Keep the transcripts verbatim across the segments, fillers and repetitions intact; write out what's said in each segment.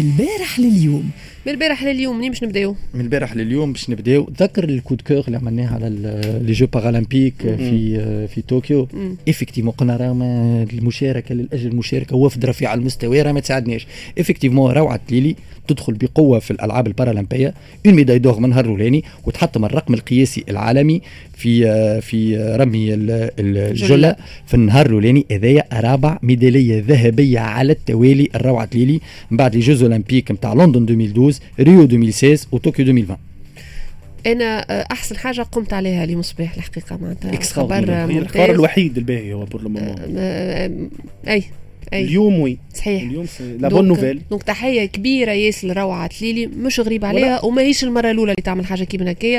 البارح لليوم. من البارح لليوم منين باش نبداو؟ من البارح لليوم باش نبداو. تذكر الكود كور اللي عملناه على لي جو بارالمبيك في في طوكيو؟ افكتيفمون قلنا راه المشاركه للاجل المشاركه وفد رفيع على المستوى راه ما تساعدناش. افكتيفمون روعه ليلي تدخل بقوه في الالعاب البارالمبيه، اون ميداي دور من نهار الاولاني وتحطم الرقم القياسي العالمي في في رمي الجله في النهار الاولاني. هذايا رابع ميداليه ذهبيه على التوالي الروعه ليلي من بعد لي جوز اولمبيك نتاع لندن ألفين واثناشر، ريو ألفين وستة عشر وطوكيو ألفين وعشرين. انا احسن حاجه قمت عليها اليوم الصباح الحقيقه معناتها خبر الخبر الوحيد الباهي هو بور لو مومون. اي أي. اليوم وي صحيح اليوم لا بون نوفيل. دونك تحيه كبيره ياسر لروعه ليلي، مش غريب عليها وما هيش المره الاولى اللي تعمل حاجه كيما هكايا،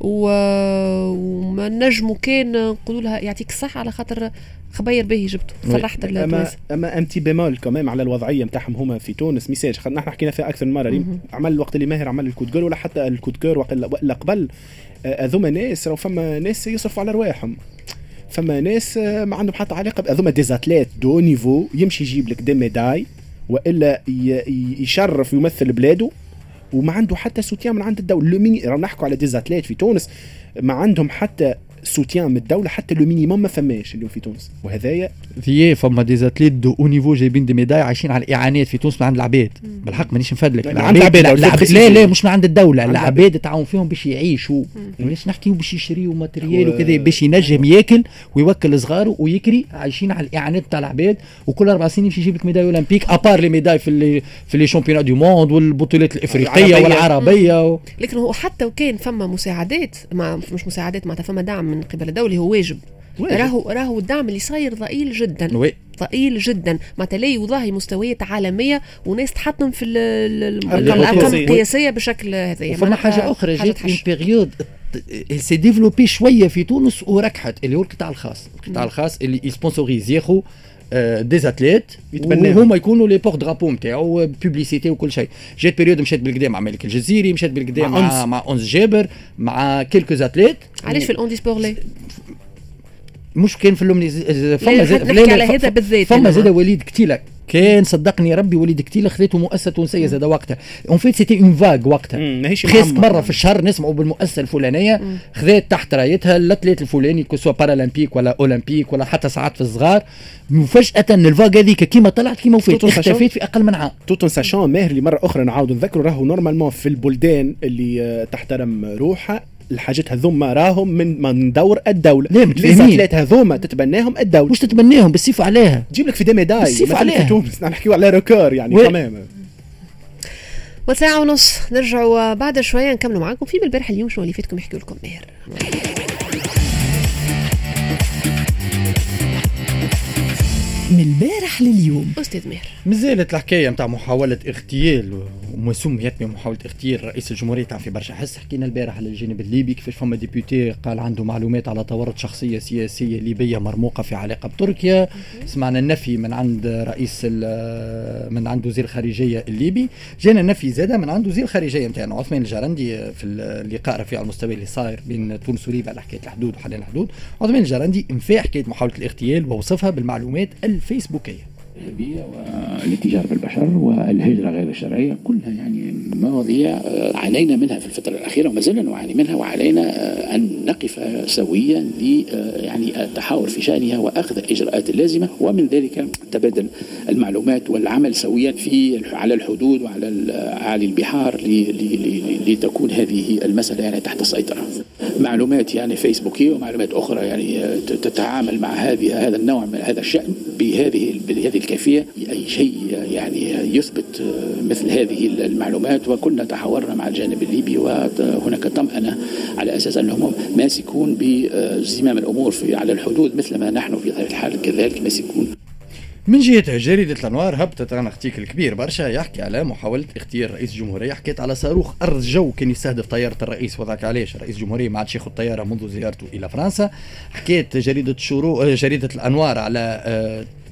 وما نجموا كان نقولوا لها يعطيك الصحه على خاطر خبير باهي جبته فرحت اما اما انتي بيمول كمان على الوضعيه نتاعهم هما في تونس. ميساج خلينا نحن حكينا فيها اكثر من مره. عمل الوقت اللي ماهر عمل الكود جول ولا حتى الكود كور ولا قبل هذوما ناس راهو فما ناس يصرفوا على رواحهم، فما ناس ما عندهم حتى علاقه هذوما ديزاتليت دو نيفو يمشي يجيب لك دي ميداي والا يشرف يمثل بلاده وما عنده حتى سوتيان من عند الدوله. لو ميني راهو نحكوا على ديزاتليت في تونس ما عندهم حتى سوتيان من الدوله، حتى لو مينيموم ما فماش اليوم في تونس. وهذايا في فما ديزاتليت دو او نيفو جايبين دي ميداي عايشين على الاعانات في تونس من عند العباد. بالحق مانيش نفدلك العباد لا لا مش من عند الدوله، العباد تعاون فيهم باش يعيشوا، مانيش نحكيو باش يشريوا ماتريال وكذا باش ينجم ياكل ويوكل صغاره ويكري. عايشين على الاعانات تاع العباد وكل اربع سنين يمشي يجيب لك ميداي اولمبيك ابار لي ميداي في اللي في لي شامبيونات دو موند والبطولات الافريقيه والعربيه و... لكن هو حتى وكان فما مساعدات ما مش مساعدات معناتها فما دعم من قبل الدوله هو واجب. راهو راهو الدعم اللي صاير ضئيل جدا وي. ضئيل جدا معناتها لا يضاهي مستويات عالميه وناس تحطم في الارقام القياسيه بشكل هذا. فما حاجه اخرى جات في بيريود سي ديفلوبي شويه في تونس وركحت اللي هو القطاع الخاص. القطاع الخاص اللي يسبونسوريز ياخو دي اتليت وهما يكونوا لي بورت درابو نتاعو بوبليسيتي وكل شيء. جات بيريود مشات بالقدام مع مالك الجزيري، مشات بالقدام مع مع, مع أونز جابر مع كيلكو اتليت. علاش في الاوندي سبور لي مش كان في اللومني فما زاد نحكي على هذا بالذات. فما زاد وليد كتيلة كان صدقني ربي وليد كتيلة خذته مؤسسه تونسيه زاد وقتها. اون فيت سيتي اون فاغ وقتها خاص مره في الشهر نسمعوا بالمؤسسه الفلانيه خذات تحت رايتها الاتليت الفلاني كو سوا بارالمبيك ولا اولمبيك ولا حتى ساعات في الصغار. مفاجاه الفاغ هذيك كيما طلعت كيما وفات اختفت في اقل من عام. توتون ساشون ماهر اللي مره اخرى نعاود نذكروا راهو نورمالمون في البلدان اللي تحترم روحها الحاجات هذوما راهم من من دور الدوله. الاتليت هذوما تتبناهم الدوله مش تتبناهم بالصيف عليها تجيب لك في دي ميداي بالصيف عليها في تونس نحكيو على ريكور يعني تماما. وساعه ونص نرجعوا بعد شويه نكملوا معاكم في بالبارح اليوم شنو اللي فاتكم يحكيوا لكم ماهر. من البارح لليوم أستاذ ماهر مازالت الحكايه نتاع محاوله اغتيال وما سميت بمحاوله اغتيال رئيس الجمهوريه تاع في برشا حس. حكينا البارح على الجانب الليبي كيفاش فما ديبيوتي قال عنده معلومات على تورط شخصيه سياسيه ليبيه مرموقه في علاقه بتركيا. سمعنا النفي من عند رئيس من عند وزير الخارجيه الليبي. جانا النفي زاده من عند وزير الخارجيه نتاعنا عثمان الجرندي في اللقاء رفيع المستوى اللي صاير بين تونس وليبيا على حكايه الحدود وحل الحدود. عثمان الجرندي انفى حكايه محاوله الاغتيال ووصفها بالمعلومات الفيسبوكيه الإرهابية والاتجار بالبشر والهجرة غير الشرعية كلها يعني مواضيع عانينا منها في الفترة الأخيرة وما زلنا نعاني منها وعلينا أن نقف سويا ل يعني التحاور في شأنها وأخذ الإجراءات اللازمة ومن ذلك تبادل المعلومات والعمل سويا في على الحدود وعلى أعالي البحار لتكون هذه المسألة يعني تحت السيطرة. معلومات يعني فيسبوكية ومعلومات أخرى يعني تتعامل مع هذه هذا النوع من هذا الشأن بهذه بهذه الكيفية. أي شيء يعني يثبت مثل هذه المعلومات وكنا تحاورنا مع الجانب الليبي وهناك طمأنة على أساس أنهم ماسكون بزمام الأمور في على الحدود مثل ما نحن في هذه الحال كذلك ماسكون. من جهة جريدة الأنوار هبطت عن ارتيكل كبير برشا يحكي على محاولة اغتيال رئيس الجمهورية. حكيت على صاروخ أرض جو كان يستهدف طيارة الرئيس وذاك علاش رئيس الجمهورية ما عادش ياخذ طيارة منذ زيارته إلى فرنسا. حكيت جريدة شروق جريدة الأنوار على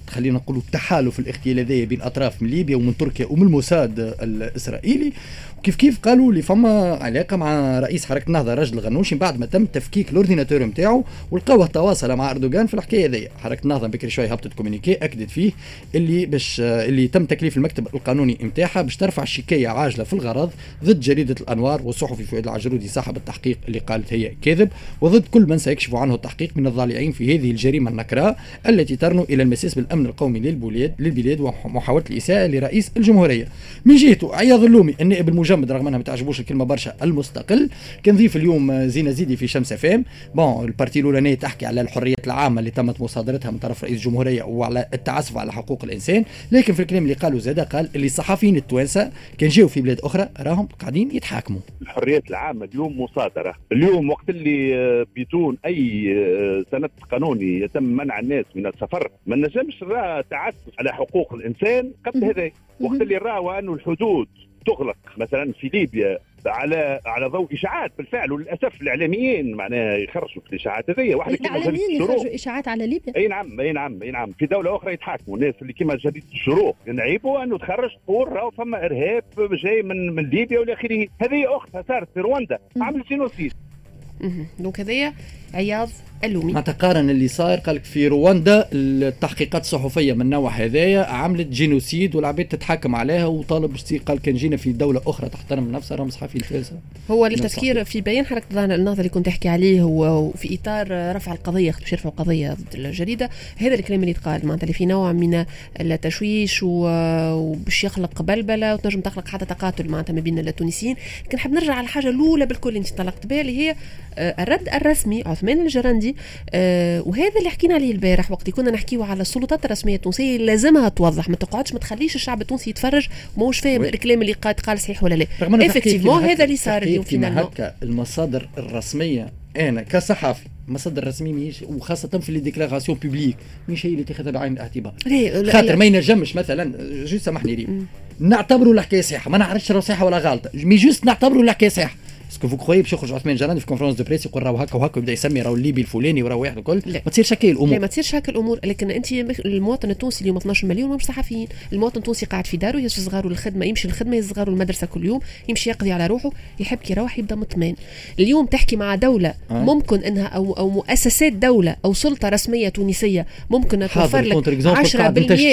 خلينا نقولوا التحالف الاغتيالي بين اطراف من ليبيا ومن تركيا ومن الموساد الاسرائيلي. وكيف كيف قالوا اللي فما علاقه مع رئيس حركه النهضه راجل الغنوشي بعد ما تم تفكيك الاورديناتور نتاعو، ولقاوه تواصل مع اردوغان في الحكايه هذيا. حركه النهضه بكري شوي هبطت كومونيكي اكدت فيه اللي باش اللي تم تكليف المكتب القانوني نتاعها باش ترفع شكايه عاجله في الغرض ضد جريده الانوار والصحفي فؤاد العجرودي صاحب التحقيق اللي قالت هي كذب، وضد كل من سيكشف عنه التحقيق من الضالعين في هذه الجريمه النكراء التي ترنو الى المساس بالامن القومي للبلاد للبلاد ومحاوله الاساءه لرئيس الجمهوريه. من جهته عياض اللومي النائب المجمد رغم انها ما تعجبوش الكلمه برشا المستقل كان ضيف اليوم زينه زيدي في شمس فام. بون البارتي الاولانيه تحكي على الحريات العامه اللي تمت مصادرتها من طرف رئيس الجمهوريه وعلى التعسف على حقوق الانسان، لكن في الكلام اللي قالوا زاده قال اللي الصحفيين التوانسه كان جاوا في بلاد اخرى راهم قاعدين يتحاكموا. الحريات العامه اليوم مصادره، اليوم وقت اللي بدون اي سند قانوني يتم منع الناس من السفر ما نجمش راه تعسف على حقوق الانسان قبل هذا. وقت اللي راوا انه الحدود تغلق مثلا في ليبيا على على ضوء اشاعات بالفعل، وللاسف الاعلاميين معناها يخرجوا في الاشاعات هذه. واحد كيما الاعلاميين يخرجوا اشاعات على ليبيا. اي نعم اي نعم اي نعم في دوله اخرى يتحاكموا الناس اللي كيما جريده الشروق نعيبوا انه تخرج تقول راهو فما ارهاب جاي من من ليبيا والى اخره. هذه اختها صارت في رواندا عملت جينوسيد. دونك هذايا عياض اللومي. ما تقارن اللي صار قالك في رواندا التحقيقات الصحفيه من النوع هذايا عملت جينوسيد والعباد تتحاكم عليها وطالب قال كان جينا في دوله اخرى تحترم نفسها راهم صحفيين الفاسه. هو التفكير في بيان حركه النهضه اللي كنت احكي عليه هو في اطار رفع القضيه باش يرفعوا قضيه ضد الجريده. هذا الكلام اللي يتقال معناتها اللي في نوع من التشويش وباش يخلق بلبله وتنجم تخلق حتى تقاتل معناتها ما بين التونسيين. لكن نحب نرجع على الحاجه الاولى بالكل انت طلقت بها اللي هي الرد الرسمي عثمان الجرندي. آه وهذا اللي حكينا عليه البارح وقت كنا نحكيو على السلطات الرسميه التونسيه لازمها توضح، ما تقعدش ما تخليش الشعب التونسي يتفرج وماهوش فاهم الكلام اللي قال قال صحيح ولا لا. افكتيفمون هذا اللي صار اليوم فينا هكا. المصادر الرسميه انا كصحافي مصادر رسمي ميش وخاصه في لي ديكلاراسيون بوبليك مش هي اللي تاخذها بعين الاعتبار. خاطر ما ينجمش مثلا جو سامحني لي نعتبروا الحكايه صحيحه ما نعرفش راه صحيحه ولا غلطه مي جوست نعتبروا الحكايه صحيحه. اسكو فو كروي باش يخرج عثمان جرندي في كونفرنس دو بريس يقول راهو هكا وهكا ويبدا يسمي راهو الليبي الفلاني وراهو واحد الكل. ما تصيرش هكا الامور. لا ما تصيرش هكا الامور. لكن انت المواطن التونسي اليوم اثناش مليون مش صحفيين. المواطن التونسي قاعد في داره يهز صغاره للخدمه يمشي للخدمه يهز صغاره المدرسه كل يوم يمشي يقضي على روحه يحب كي يروح يبدا مطمئن. اليوم تحكي مع دوله آه. ممكن انها او او مؤسسات دوله او سلطه رسميه تونسيه ممكن توفر لك عشرة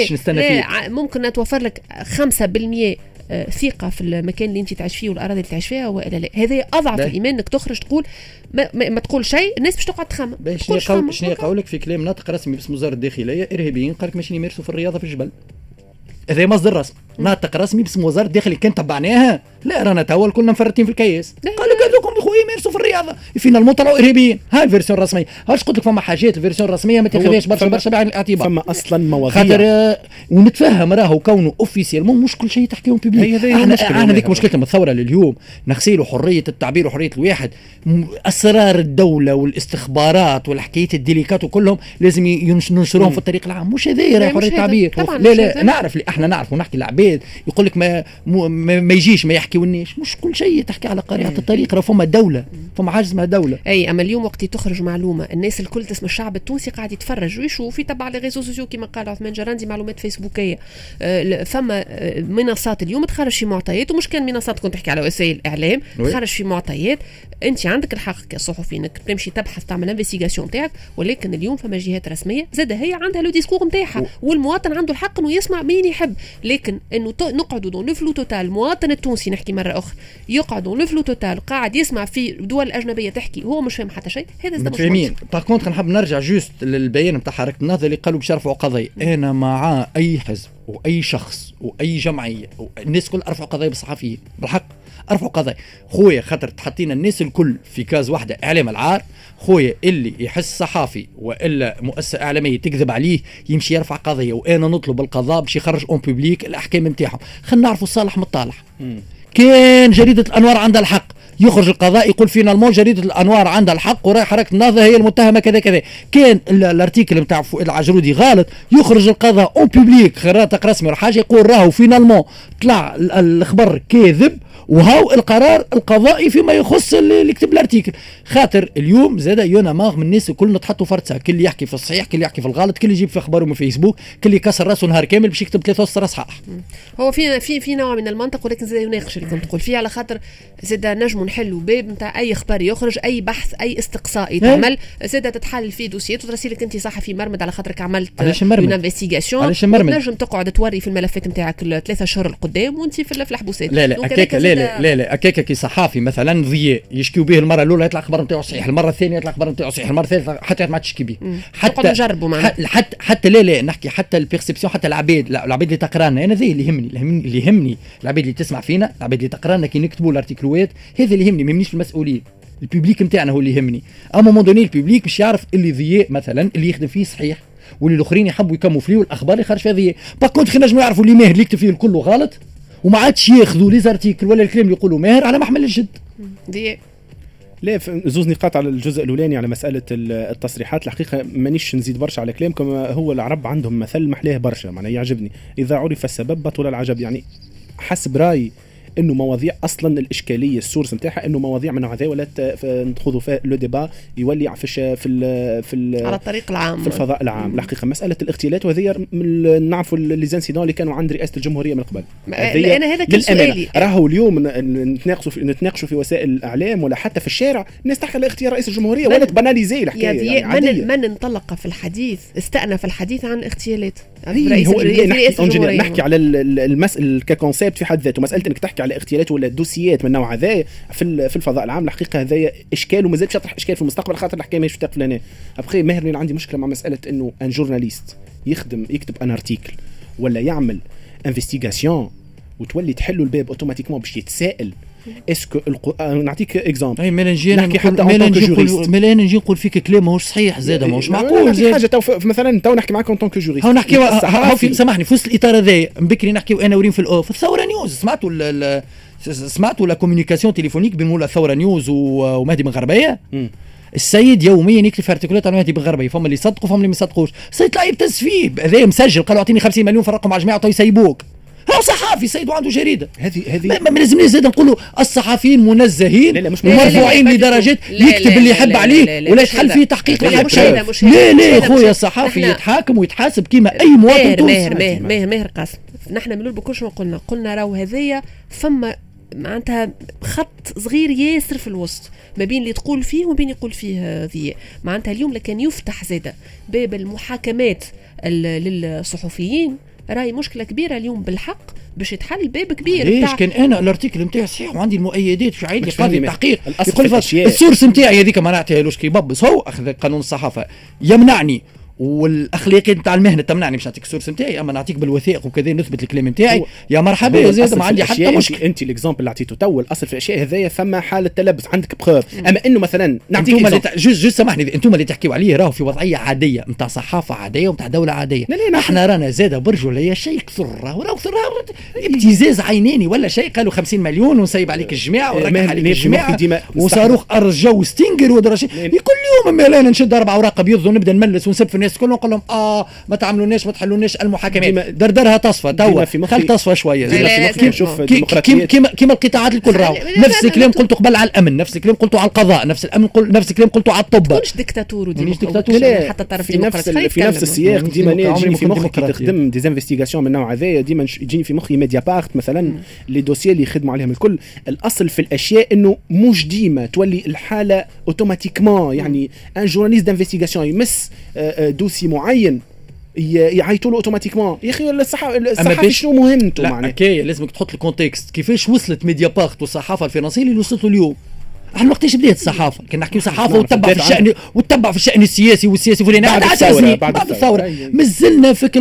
بالمئة ممكن توفر لك خمسة بالمئة ثقة في المكان اللي انت تعيش فيه والأراضي اللي تعيش فيها وإلا لا. هذا أضعف الإيمان انك تخرج تقول ما, ما, ما تقول شيء الناس باش تقعد تخمم. شنو شنو قولك في كلام ناطق رسمي باسم وزارة الداخلية إرهابيين قالك ماشي يمارسوا في الرياضة في الجبل. هذا مصدر رسمي ناطق رسمي باسم وزارة الداخلية كان تبعناها لا رانا توا كلنا مفرطين في الكياس. قالوا كذوكم خويا يمارسوا في الرياضة فينا المطلع إرهابيين. هاي الفيرسيون الرسمية. هاش قلت لك فما حاجات الفيرسيون الرسمية ما تاخذهاش برشا برشا بعين الاعتبار. فما أصلا مواضيع. خاطر ونتفهم راهو كونه اوفيسيالمون مش كل شيء تحكيهم بيبليك. احنا احنا ذيك مشكلتنا الثورة لليوم نغسلوا حرية التعبير وحرية الواحد. أسرار الدولة والاستخبارات والحكايات الديليكات وكلهم لازم ينشروهم في الطريق العام. مش هذا راه حرية التعبير. لا لا نعرف اللي احنا نعرف ونحكي العباد يقول لك ما ما يجيش ما يحكي ونيش مش كل شيء تحكي على قريعة الطريق راه فما دولة فما حاجة اسمها دولة. اي اما اليوم وقت تخرج معلومة الناس الكل تسمى الشعب التونسي قاعد يتفرج ويشوف يتبع على ريزو سوسيو كما قال عثمان جرندي معلومات فيسبوكية. أه فما منصات اليوم تخرج في معطيات ومش كان منصات كنت تحكي على وسائل الاعلام تخرج في معطيات. انت عندك الحق كصحفي انك تمشي تبحث تعمل انفستيغاسيون تاعك ولكن اليوم فما جهات رسمية زاد هي عندها لو ديسكور نتاعها والمواطن عنده الحق انه يسمع مين يحب. لكن انه نقعدوا دون لو فلو توتال المواطن التونسي نحكي مرة أخرى يقعدوا لو فلو توتال قاعد يسمع في دول أجنبية تحكي هو مش فاهم حتى شيء. هذا مش فاهمين. باغ كونتخ نحب نرجع جوست للبيان نتاع حركة النهضة اللي قالوا باش يرفعوا قضية. أنا مع أي حزب وأي شخص وأي جمعية الناس كل أرفعوا قضية بالصحفيين بالحق أرفعوا قضية خويا خاطر تحطينا الناس الكل في كاز واحدة إعلام العار. خويا اللي يحس صحافي وإلا مؤسسة إعلامية تكذب عليه يمشي يرفع قضية وأنا نطلب القضاء باش يخرج أون بوبليك الأحكام نتاعهم. خلينا نعرفوا صالح مطالح. كان جريدة الأنوار عندها الحق يخرج القضاء يقول فينالمون جريده الانوار عندها الحق وراي حركه النهضه هي المتهمه كذا كذا. كان الارتيكل نتاع العجرودي غلط، يخرج القضاء اون بوبليك خراتق رسمي ولا حاجه يقول راهو فينالمون طلع الخبر كاذب وهاو القرار القضائي فيما يخص اللي يكتب الارتيكل. خاطر اليوم زاد يونا ماغ من الناس الكل نتحطوا فرصه، كل اللي يحكي في الصحيح، كل اللي يحكي في الغلط، كل اللي يجيب في اخباره من فيسبوك، كل اللي يكسر راسه نهار كامل باش يكتب ثلاثة وستة صحاح. هو في في في نوع من المنطق، ولكن زاد يناقش اللي كنت تقول فيه، على خاطر زاد نجموا نحلوا باب نتاع اي خبر يخرج، اي بحث، اي استقصاء يتعمل، زاد تتحل فيه دوسيات وترسي لك انت صحفي مرمد على خاطرك عملت اون انفستيغاسيون، تنجم تقعد توري في الملفات نتاعك ثلاثة اشهر القدام وانت في الحبوسات. لا لا أكيك لا لا لا لا أكيك كي صحافي مثلا ضياء يشكيو به المره الاولى يطلع الخبر نتاعو صحيح، المره الثانيه يطلع الخبر نتاعو صحيح، المره الثالثه حتى ما تشكي به. حتى نجربوا معنا حتى حتى لا لا نحكي حتى البيرسيبسيون، حتى العباد، لا العباد اللي تقرانا انا ذي اللي يهمني اللي يهمني العباد اللي تسمع فينا، العباد اللي تقرانا كي نكتبوا الارتيكلوات، هذا اللي يهمني، ما يهمنيش المسؤولين. الببليك نتاعنا هو اللي يهمني. اما موندوني الببليك باش يعرف اللي ضياء مثلا اللي يخدم فيه صحيح، واللي الاخرين يحبوا يكمفليو الاخبار اللي خارج فيها ضياء. باكونت خلينا نجموا يعرفوا اللي ماهر اللي يكتب فيه الكل غلط، وما عادش ياخذوا لي زارتيكل ولا الكلام اللي يقولوا ماهر على محمل الجد. دي لا زوز نقاط على الجزء الاولاني على مساله التصريحات. الحقيقه مانيش نزيد برشا على كلامكم، هو العرب عندهم مثل محلاه برشا، معناه يعجبني، اذا عرف السبب بطل العجب. يعني حسب رايي انه مواضيع اصلا الاشكاليه السورس نتاعها انه مواضيع من هذا ولا ندخلوا في لو ديبا يولي في في ال في ال على الطريق العام في الفضاء العام. الحقيقه مساله الاغتيالات وهذه نعرفوا لي زانسيدون اللي كانوا عند رئاسه الجمهوريه من قبل. انا هذا كان سؤالي، راهو اليوم نتناقشوا في نتناقشوا في وسائل الاعلام ولا حتى في الشارع، الناس تحكي على اغتيال رئيس الجمهوريه ولا تباناليزي الحكايه. يعني من من انطلق في الحديث استأنف الحديث عن اغتيالات رئيس الجمهوريه. نحكي على المسألة ككونسيبت في حد ذاته، مساله انك تحكي على اغتيالات ولا دوسيات من نوع هذا في في الفضاء العام. الحقيقه هذا اشكال ومازال باش يطرح اشكال في المستقبل، خاطر الحكايه ماهيش تقف لنا. ابخي ماهر عندي مشكله مع مساله انه ان جورناليست يخدم يكتب ان ارتيكل ولا يعمل انفستيغاسيون وتولي تحلوا الباب اوتوماتيكمون باش يتسائل اسكو الق... نعطيك اكزامبل. اي ميلانجي نحكي حتى ميلانجي نقول فيك كلام ماهوش صحيح زاد ماهوش معقول زاد حاجه تو مثلا تو نحكي معاك اون طونك جوريست. هاو نحكي هاو في سامحني في وسط الاطار هذايا بكري نحكيو انا وريم في الاوف الثوره نيوز. سمعتوا سمعتوا لا كومونيكاسيون تليفونيك بين مولا الثوره نيوز ومهدي بن غربيه. السيد يوميا يكتب في ارتيكولات عن مهدي بن غربيه، فما اللي يصدقوا فما اللي ما يصدقوش. السيد لا يبتز فيه هذا مسجل، قالوا اعطيني خمسين مليون فرقوا مع جماعه تو يسيبوك. هو صحافي سيد وعنده جريده. هذه هذه ما لازمنيش زاد نقولوا الصحفيين منزهين مرفوعين لدرجه يكتب اللي يحب عليه ولا يتحل فيه تحقيق. لا لا لا خويا الصحافي يتحاكم ويتحاسب كيما اي مواطن تونسي. ماهر ماهر ماهر ماهر قاسم، نحن من البكوش ما قلنا قلنا راهو هذيا فما معناتها خط صغير ياسر في الوسط ما بين اللي تقول فيه وما بين يقول فيه ذي. معناتها اليوم لكن يفتح زاده باب المحاكمات للصحفيين، راي مشكله كبيره اليوم بالحق باش يتحل باب كبير. ليش كان انا الارتيكل نتاعي صحيح وعندي المؤيدات في عيدي قاضي التحقيق يقول السورس نتاعي هذيك ما نعطيهالوش كي يببص، هو اخذ قانون الصحافه يمنعني والاخلاقيات نتاع المهنه تمنعني باش نعطيك السورس نتاعي، اما نعطيك بالوثائق وكذا نثبت الكلام نتاعي يا مرحبا زاد ما عندي حتى مشكل. انت الاكزامبل اللي عطيته تو الاصل في الاشياء هذايا فما حاله تلبس عندك بخوف. اما انه مثلا نعطيك انتم جوج جوج سامحني انتم اللي تحكيوا عليه راهو في وضعيه عاديه نتاع صحافه عاديه ونتاع دوله عاديه. احنا رانا زاده برجوليه شيء كثر راهو كثر ابتزاز عينيني ولا شيء قالوا خمسين مليون ونسيب عليك الجماعه ونركح عليك الجماعه وصاروخ ارجو ستينجر ودرجه كل يوم مالنا نشد اربع اوراق ابيض ونبدا نملس ونسب في الناس كلهم نقول لهم اه ما تعملوناش ما تحلوناش المحاكمات دردرها تصفى توا خل تصفى شويه. كيما كيما القطاعات الكل راهو نفس الكلام قلته قبل على الامن، نفس الكلام قلته على القضاء، نفس الامن قل نفس الكلام قلته على الطب. مش ديكتاتور وديمقراطيه حتى طرف في نفس في نفس السياق. ديما يجيني في مخي كي تخدم دي انفستيغاسيون من نوع هذايا ديما يجيني في مخي ميديا بارت مثلا لي دوسيي اللي يخدموا عليهم الكل. الاصل في الاشياء انه مش ديما تولي الحاله اوتوماتيكمون يعني ان جورناليست دانفستيغاسيون يمس دوسي معين يعيطوا له اوتوماتيكمون. يا اخي الصحافه شنو مهمته؟ معناها اوكي لازمك تحط الكونتكست كيفاش وصلت ميديا بارت والصحافه الفرنسيه اللي وصلت له اليوم. احنا وقتاش بدات الصحافه؟ كنا نحكيو صحافه وتتبع في الشان وتتبع في الشان السياسي والسياسي فلان بعد الثوره بعد, بعد الثوره مازلنا في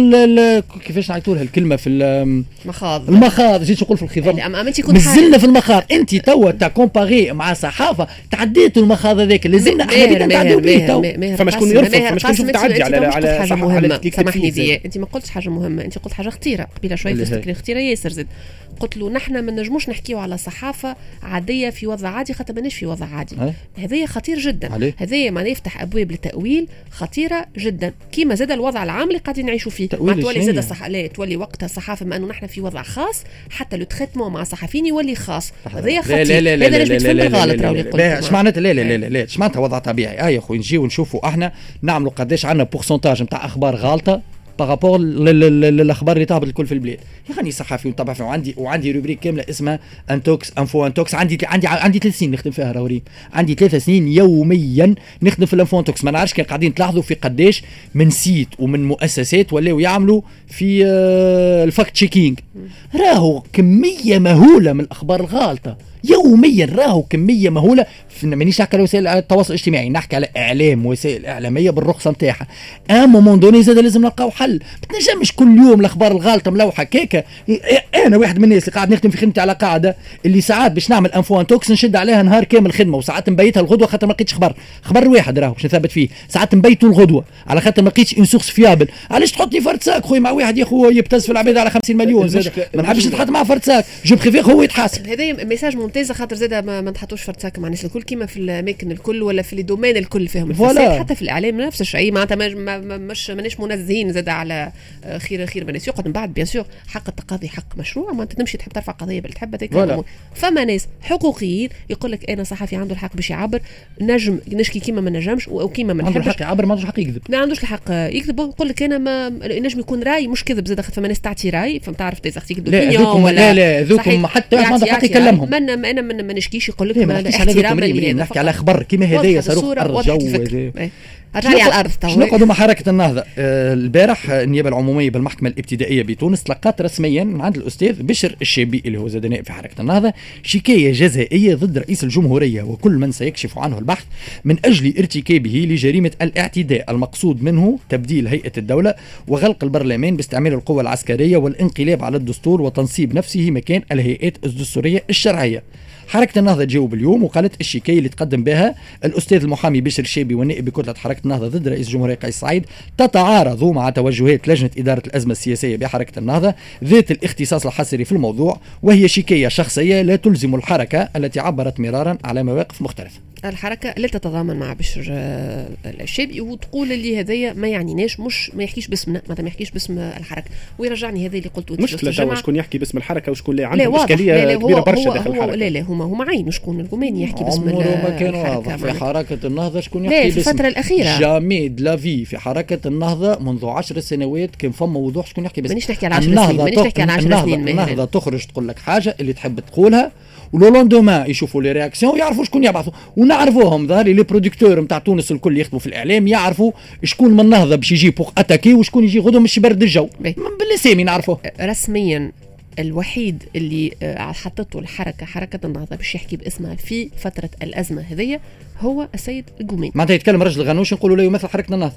كيفاش نعيطوا لها الكلمه في المخاض المخاض جيت نقول في الخضم مازلنا في المخاض. انت توا تاع كومباري مع صحافه تعديتوا المخاض هذاك لازمنا احنا نتعدوا به. فما شكون يرفض فما شكون تعدي على على حاجه مهمه. سامحني دي انت ما قلتش حاجه مهمه، انت قلت حاجه خطيره قبيله شويه في اختيار ياسر زد. قلت له نحن ما نجموش نحكيو على صحافه عاديه في وضع عادي خاطر ماناش في وضع عادي. هذايا خطير جدا، هذايا ما يفتح ابواب للتاويل خطيره جدا كيما زاد الوضع العام اللي قاعدين نعيشوا فيه. ما تولي زاد الصح... لا تولي وقتها الصحافه بما انه نحن في وضع خاص حتى لو تريتمون مع الصحفيين يولي خاص. هذايا خطير. هذا لازم تفهم الغلط راهو اللي قلت. اش معناتها؟ لا لا لا لا اش معناتها وضع طبيعي؟ اه يا خويا نجيو نشوفوا احنا نعملوا قداش عندنا بورسنتاج نتاع اخبار غلطه بارابور للاخبار اللي تهبط الكل في البلاد. يعني صحفي ونتابع فيه وعندي وعندي روبريك كامله اسمها انتوكس انفو انتوكس. عندي عندي عندي ثلاث سنين نخدم فيها راوري، عندي ثلاث سنين يوميا نخدم في الانفو انتوكس. ما نعرفش كان قاعدين تلاحظوا في قداش من سيت ومن مؤسسات ولاو يعملوا في الفاكت تشيكينج. راهو كميه مهوله من الاخبار الغالطه يوميا، راهو كميه مهوله. مانيش نحكي على وسائل التواصل الاجتماعي، نحكي على اعلام وسائل اعلاميه بالرخصه نتاعها. ا مومون دوني زاد لازم نلقاو حل. ما تنجمش كل يوم الاخبار الغالطه ملوحه كيكه. انا واحد من الناس اللي قاعد نخدم في خدمتي على قاعده اللي ساعات باش نعمل انفو انتوكس نشد عليها نهار كامل خدمه، وساعات نبيتها الغدوه خاطر ما لقيتش خبر خبر واحد راهو باش نثبت فيه. ساعات نبيتوا الغدوه على خاطر ما لقيتش اون سورس فيابل. علاش تحطني فرد ساك خويا مع واحد يا خويا يبتز في العباد على خمسين مليون؟ ما نحبش نتحط مع فرد ساك، جو بريفير هو يتحاسب. هذا ميساج ممتاز خاطر زاد ما, ما نحطوش فرد ساك مع الناس الكل كيما في الاماكن الكل ولا في الدومين الكل فيهم الفساد. حتى في الاعلام نفس الشيء معناتها ما مش ماناش منزهين زاد على خير خير من الناس. يقعد من بعد بيان سور حق التقاضي حق مشروع، ما انت تمشي تحب ترفع قضيه بل تحب هذيك. فما ناس حقوقيين يقول لك انا صحفي عنده الحق باش يعبر، نجم نشكي كيما ما نجمش او كيما ما نحبش. عنده الحق يعبر، ما عندوش الحق يكذب. ما عندوش الحق يكذب. يقول لك انا ما نجم يكون راي مش كذب زاد فما ناس تعطي راي فما تعرف تزختي لا لا لا ذوكم حتى ما عنده حق يكلمهم. انا انا ما نشكيش يقول لك ما احترام اللي نحكي على خبر كيما هذايا صاروخ الجو. رجعني على الارض. شنو نقعدوا مع حركه النهضه؟ آه البارح النيابه العموميه بالمحكمه الابتدائيه بتونس تلقت رسميا من عند الاستاذ بشر الشابي اللي هو زاد نائب في حركه النهضه شكايه جزائيه ضد رئيس الجمهوريه وكل من سيكشف عنه البحث من اجل ارتكابه لجريمه الاعتداء المقصود منه تبديل هيئه الدوله وغلق البرلمان باستعمال القوه العسكريه والانقلاب على الدستور وتنصيب نفسه مكان الهيئات الدستوريه الشرعيه. حركة النهضة تجاوب اليوم وقالت الشكاية اللي تقدم بها الأستاذ المحامي بشر الشابي والنائب بكتلة حركة النهضة ضد رئيس الجمهورية قيس سعيد تتعارض مع توجهات لجنة إدارة الأزمة السياسية بحركة النهضة ذات الاختصاص الحصري في الموضوع، وهي شكاية شخصية لا تلزم الحركة التي عبرت مرارا على مواقف مختلفة. الحركة لا تتضامن مع بشر الشابي وتقول اللي هذايا ما يعنيناش، مش ما يحكيش باسمنا، ما يحكيش باسم الحركة. ويرجعني هذا اللي قلته مشكلة توا شكون يحكي باسم الحركة وشكون لا عنده إشكالية كبيرة برشا داخل الحركة. لا لا هما هما عينوا شكون الجماني يحكي باسم الحركة. ما كان واضح في حركة النهضة شكون يحكي باسم. لا في الفترة الأخيرة جامي دلافي في حركة النهضة منذ عشر سنوات كان فما وضوح شكون يحكي باسم. مانيش نحكي على عشر سنين، مانيش نحكي على عشر سنين. النهضة تخرج تقول لك حاجة اللي تحب تقولها ولو لوندوما يشوفوا لي رياكسيون يعرفوا شكون يبعثوا ونعرفوهم. ظهري لي برودكتور نتاع تونس الكل يخدموا في الاعلام يعرفوا شكون من النهضه باش يجي بوغ اتاكي وشكون يجي غدوه مش يبرد الجو بالاسامي نعرفوه. رسميا الوحيد اللي حطته الحركه حركه النهضه باش يحكي باسمها في فتره الازمه هذه هو السيد الجماني. معناتها يتكلم رجل غنوش نقولوا له يمثل حركه النهضه.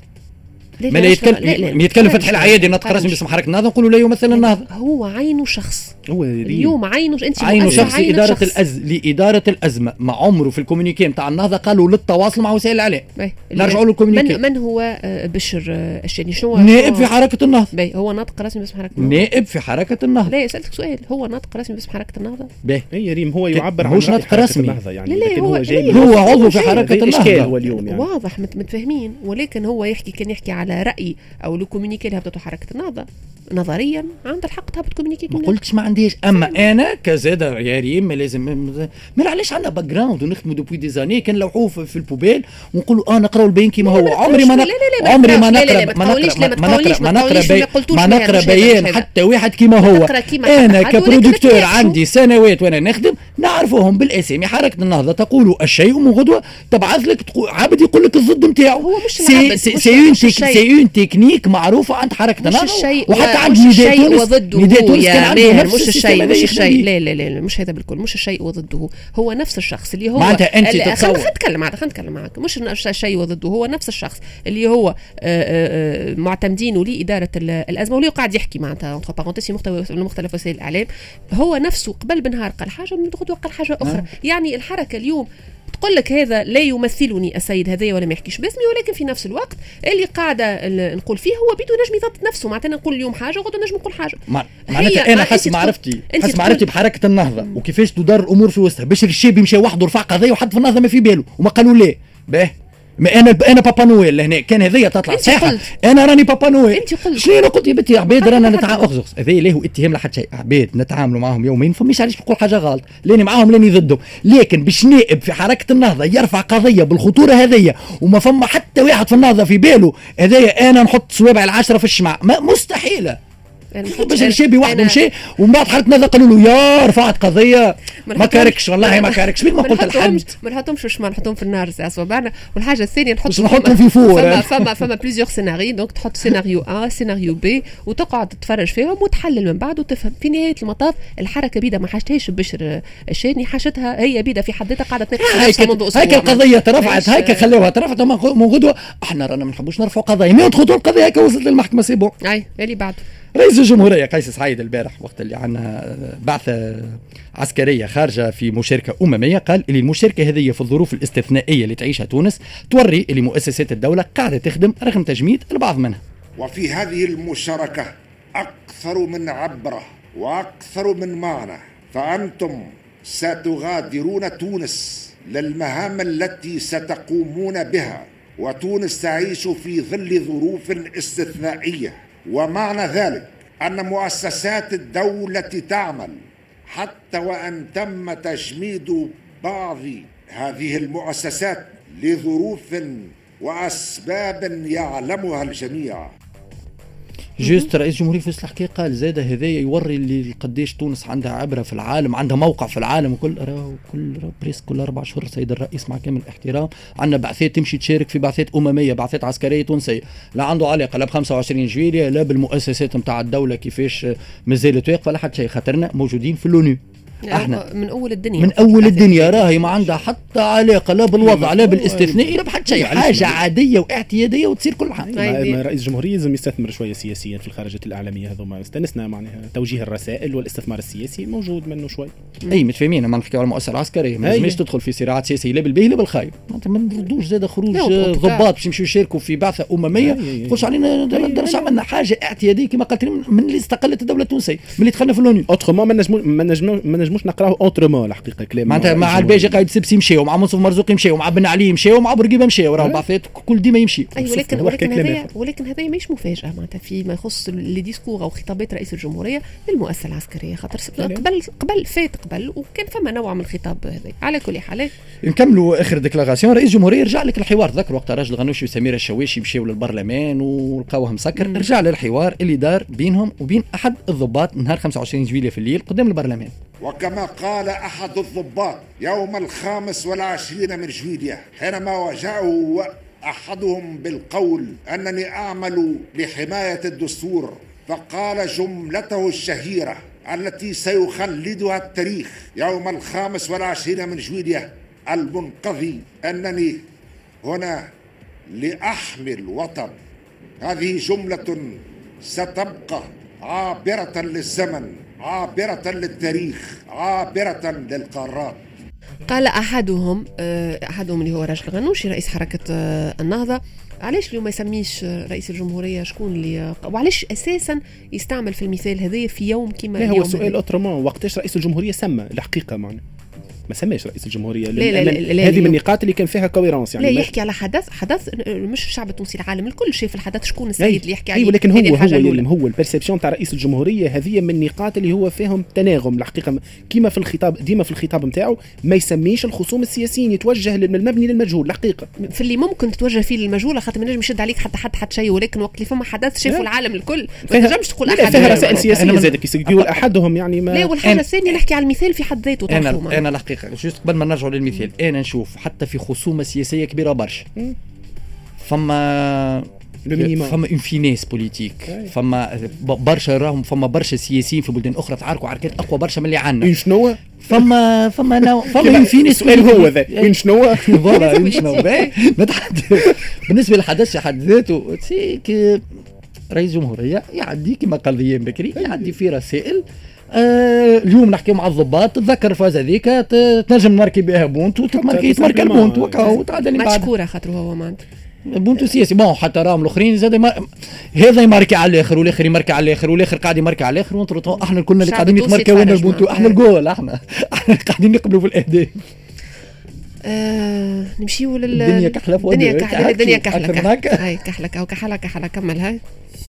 ما لا يتكلم يتكلم فتح العيادي نطق رسمي باسم حركه النهضه نقولوا لا يمثل النهضه. هو عينه شخص هو اليوم عينه انت عينه شخص لاداره الأز... لاداره الازمه. مع عمره في الكومونيكي نتاع النهضه قالوا للتواصل مع وسائل الاعلام. نرجعوا للكومونيكي. من, من هو بشر الشابي؟ شنو نائب في حركه النهضه. باهي هو ناطق رسمي باسم حركه النهضه. نائب في حركه النهضه. لا سالتك سؤال هو ناطق رسمي باسم حركه النهضه. باهي اي ريم هو يعبر عن ناطق رسمي يعني لكن هو جاي هو عضو في حركه النهضه هو اليوم يعني. واضح متفاهمين ولكن هو يحكي كان يحكي على راي او الكومونيكي اللي هبطته حركه النهضه نظريا عند الحق تهبط كومونيكي. ما قلتش ما عنديش اما سلم. انا كزاده يا ريم لازم ما علاش عندنا باك جراوند ونخدموا دوبوي دي زاني كان لوحوه في البوبيل ونقولوا اه نقراو البيان كيما هو. عمري ما عمري ما نقرا ما نقرا ما نقرا ما نقرا بيان حتى واحد كيما هو. انا كبرودكتور عندي سنوات وانا نخدم نعرفوهم بالاسامي. حركه النهضه تقول الشيء ومن غدوه تبعث لك تقول عبد يقول لك الضد نتاعو. هو مش سي سي سي سي اون تكنيك معروفه عند حركه النهضه وحتى عند نداء تونس وضده يا ماهر. مش الشيء مش الشيء لا لا لا مش هذا بالكل. مش الشيء وضده هو نفس الشخص اللي هو معناتها انت خلينا تتصور نتكلم معك خلينا نتكلم معك مش الشيء وضده هو نفس الشخص اللي هو معتمدينه لاداره الازمه واللي قاعد يحكي معناتها اونتر بارونتيز في مختلف وسائل الاعلام. هو نفسه قبل بنهار قال حاجه من غدوه قال حاجه اخرى. آه. يعني الحركه اليوم تقول لك هذا لا يمثلني السيد هذايا ولا ما يحكيش باسمي، ولكن في نفس الوقت اللي قاعده نقول فيه هو بيدو نجم يضبط نفسه. معناتها نقول اليوم حاجه وغدا نجم نقول حاجه. معناتها انا حسب معرفتي حسب معرفتي بحركه النهضه مم. وكيفاش تدار الامور في وسطها. بشر الشيبي مشى وحده رفع قضيه وحد في النهضه ما في باله وما قالوا ليه باه ما انا انا بابا نويل لهنا كان هذيا تطلع صحيحه انا راني بابا نويل. شنو انا قلت يا بنتي عباد رانا نتعامل اخزخ هذا له اتهام لحد شيء. عباد نتعاملوا معاهم يومين فماش علاش نقول حاجه غلط لاني معاهم لاني ضدهم. لكن باش نائب في حركه النهضه يرفع قضيه بالخطوره هذيا وما فما حتى واحد في النهضه في باله هذايا انا نحط صوابع العشره في الشمع مستحيله. باش الشيبي وحده مشى ومن بعد حركه النهضه قالوا له يا رفعت قضيه ما كاركش والله ما كاركش بيك ما قلت الحد ما نحطهمش في نحطهم في النار سي اسوبانا. والحاجه الثانيه نحط نحطهم في فور فما فما فما بليزيور سيناريو دونك تحط سيناريو ا سيناريو بي وتقعد تتفرج فيهم وتحلل من بعد وتفهم. في نهايه المطاف الحركه بيدا ما حاجتهاش بشر الشاني حاجتها هي بيدا في حد ذاتها قاعده تناقش منذ اسبوع. هيك القضيه ترفعت هيك خلوها ترفعت من غدوه احنا رانا ما نحبوش نرفعوا قضايا ما يدخلوا القضيه هيك وصلت للمحكمه سي بون. اي اللي بعد رئيس الجمهورية قيس سعيد البارح وقت اللي عنا بعثة عسكرية خارجة في مشاركة أممية قال اللي المشاركة هذه في الظروف الاستثنائية اللي تعيشها تونس توري اللي مؤسسات الدولة قاعدة تخدم رغم تجميد البعض منها. وفي هذه المشاركة أكثر من عبرة وأكثر من معنى فأنتم ستغادرون تونس للمهام التي ستقومون بها وتونس تعيش في ظل ظروف استثنائية. ومعنى ذلك أن مؤسسات الدولة تعمل حتى وأن تم تجميد بعض هذه المؤسسات لظروف وأسباب يعلمها الجميع. جوست رئيس الجمهورية في الحكي قال زاد هذا يوري اللي قديش تونس عندها عبرة في العالم عندها موقع في العالم وكل راهو كل بريس كل أربع شهور سيد الرئيس مع كامل الاحترام عندنا بعثات تمشي تشارك في بعثات أممية بعثات عسكرية تونسية لا عنده علاقة لا ب خمسة وعشرين جويلية لا بالمؤسسات نتاع الدولة كيفاش مازالت واقفة لا حتى شيء خاطرنا موجودين في الأونيو. احنا من اول الدنيا من اول الدنيا راهي ما عندها حتى علاقه لا بالوضع لا بالاستثناء لا بحد شيء حاجه عاديه واعتياديه وتصير كل حاجه. رئيس الجمهوريه لازم يستثمر شويه سياسيا في الخارجات الاعلاميه هذوما استنسنا معناها توجيه الرسائل والاستثمار السياسي موجود منه شوي. اي متفاهمين ما نحكيو على المؤسسه العسكريه ما لازمش تدخل في صراعات سياسيه لا بالباهي لا بالخايب. ما نردوش زاد خروج ضباط باش يمشيو يشاركوا في بعثه امميه تخش علينا درجه عملنا حاجه اعتياديه كما قلت من اللي استقلت الدوله التونسيه من اللي دخلنا في الاونيو. اوترومون ما نجموش ما نجموش ما نجموش نقراو اوترومون الحقيقه كلام معناتها مع الباجي قايد سبسي مشاو مع منصف مرزوق مشاو مع بن علي مشاو مع بورقيبه مشاو راهو بعثات كل ديما يمشي. أي ولكن ولكن هذا ولكن هذا ماهيش مفاجاه معناتها فيما يخص لي ديسكور او خطابات رئيس الجمهوريه للمؤسسه العسكريه خاطر قبل قبل فات قبل وكان فما نوع من الخطاب هذا. على كل حال نكملوا اخر ديكلاراسيون رئيس الجمهوريه رجع لك الحوار ذكر وقت راجل الغنوشي وسميره الشواشي مشاو للبرلمان ولقاوه مسكر مم. رجع للحوار اللي دار بينهم وبين احد الضباط نهار خمسة وعشرين جويلية في الليل قدام البرلمان. وكما قال أحد الضباط يوم الخامس والعشرين من جويلية حينما وجاءوا أحدهم بالقول أنني أعمل لحماية الدستور فقال جملته الشهيرة التي سيخلدها التاريخ يوم الخامس والعشرين من جويلية المنقضي أنني هنا لأحمي الوطن. هذه جملة ستبقى عابرة للزمن عابرة للتاريخ عابرة للقارات. قال أحدهم أحدهم اللي هو راجل غنوشي رئيس حركة النهضة علاش اليوم ما يسميش رئيس الجمهورية شكون اللي وعلاش أساسا يستعمل في المثال هذا في يوم كما اليوم. هو السؤال أوترومون وقتاش رئيس الجمهورية سمى الحقيقة معنا ما سماش رئيس الجمهوريه. لا لا لا لا هذه من النقاط اللي كان فيها كويرونس يعني. لا يحكي على حدث حدث مش الشعب التونسي، العالم الكل شاف الحدث. شكون السيد اللي يحكي عليه؟ ايوه لكن هو هو اللي هو البرسبشن تاع رئيس الجمهوريه هذه من النقاط اللي هو فيهم تناغم الحقيقه. كيما في الخطاب ديما في الخطاب نتاعو ما يسميش الخصوم السياسيين، يتوجه للمبني للمجهول الحقيقه، في اللي ممكن تتوجه فيه للمجهول خاطر ما نجم يشد عليك حتى حد حتى شيء. ولكن وقت اللي فما حدث شافوا العالم الكل ما تنجمش تقول احد فيها رسائل سياسيه زادك يقول احدهم يعني ما. لا والحاجه الثانيه نحكي على المثال في حد ذاته. انا انا الحقيقه جوست قبل ما نرجعوا للمثال انا نشوف حتى في خصومه سياسيه كبيره برشا فما فما اون فينيس بوليتيك، فما برشا راهم فما برشا سياسيين في بلدان اخرى تعاركوا عركات اقوى برشا من اللي عندنا. شنو فما فما نوع فما اون فينيس هو ذا شنو فوالا شنو بالنسبه للحدث حد ذاته تسيك رئيس جمهوريه يعدي كما قال ضيان بكري يعدي في رسائل. آه اليوم نحكي مع الضباط تتذكر الفاز هذيك تنجم نركي بها بونت وتتمركي تمركي البونت وكاو تعدل بعد مشكوره خاطر هو ما عنده بونتو سياسي. بون حتى راهم الاخرين زاد ما... هذا يماركي على الاخر والاخر يماركي على الاخر والاخر قاعد يماركي على الاخر وانتو احنا كلنا اللي قاعدين نتماركوا وين البونتو احنا الجول احنا احنا قاعدين نقبلوا في الاهداف. آه نمشيو لل الدنيا كحله الدنيا كحله الدنيا كحله هاي كحله او كحله كحله كمل هاي.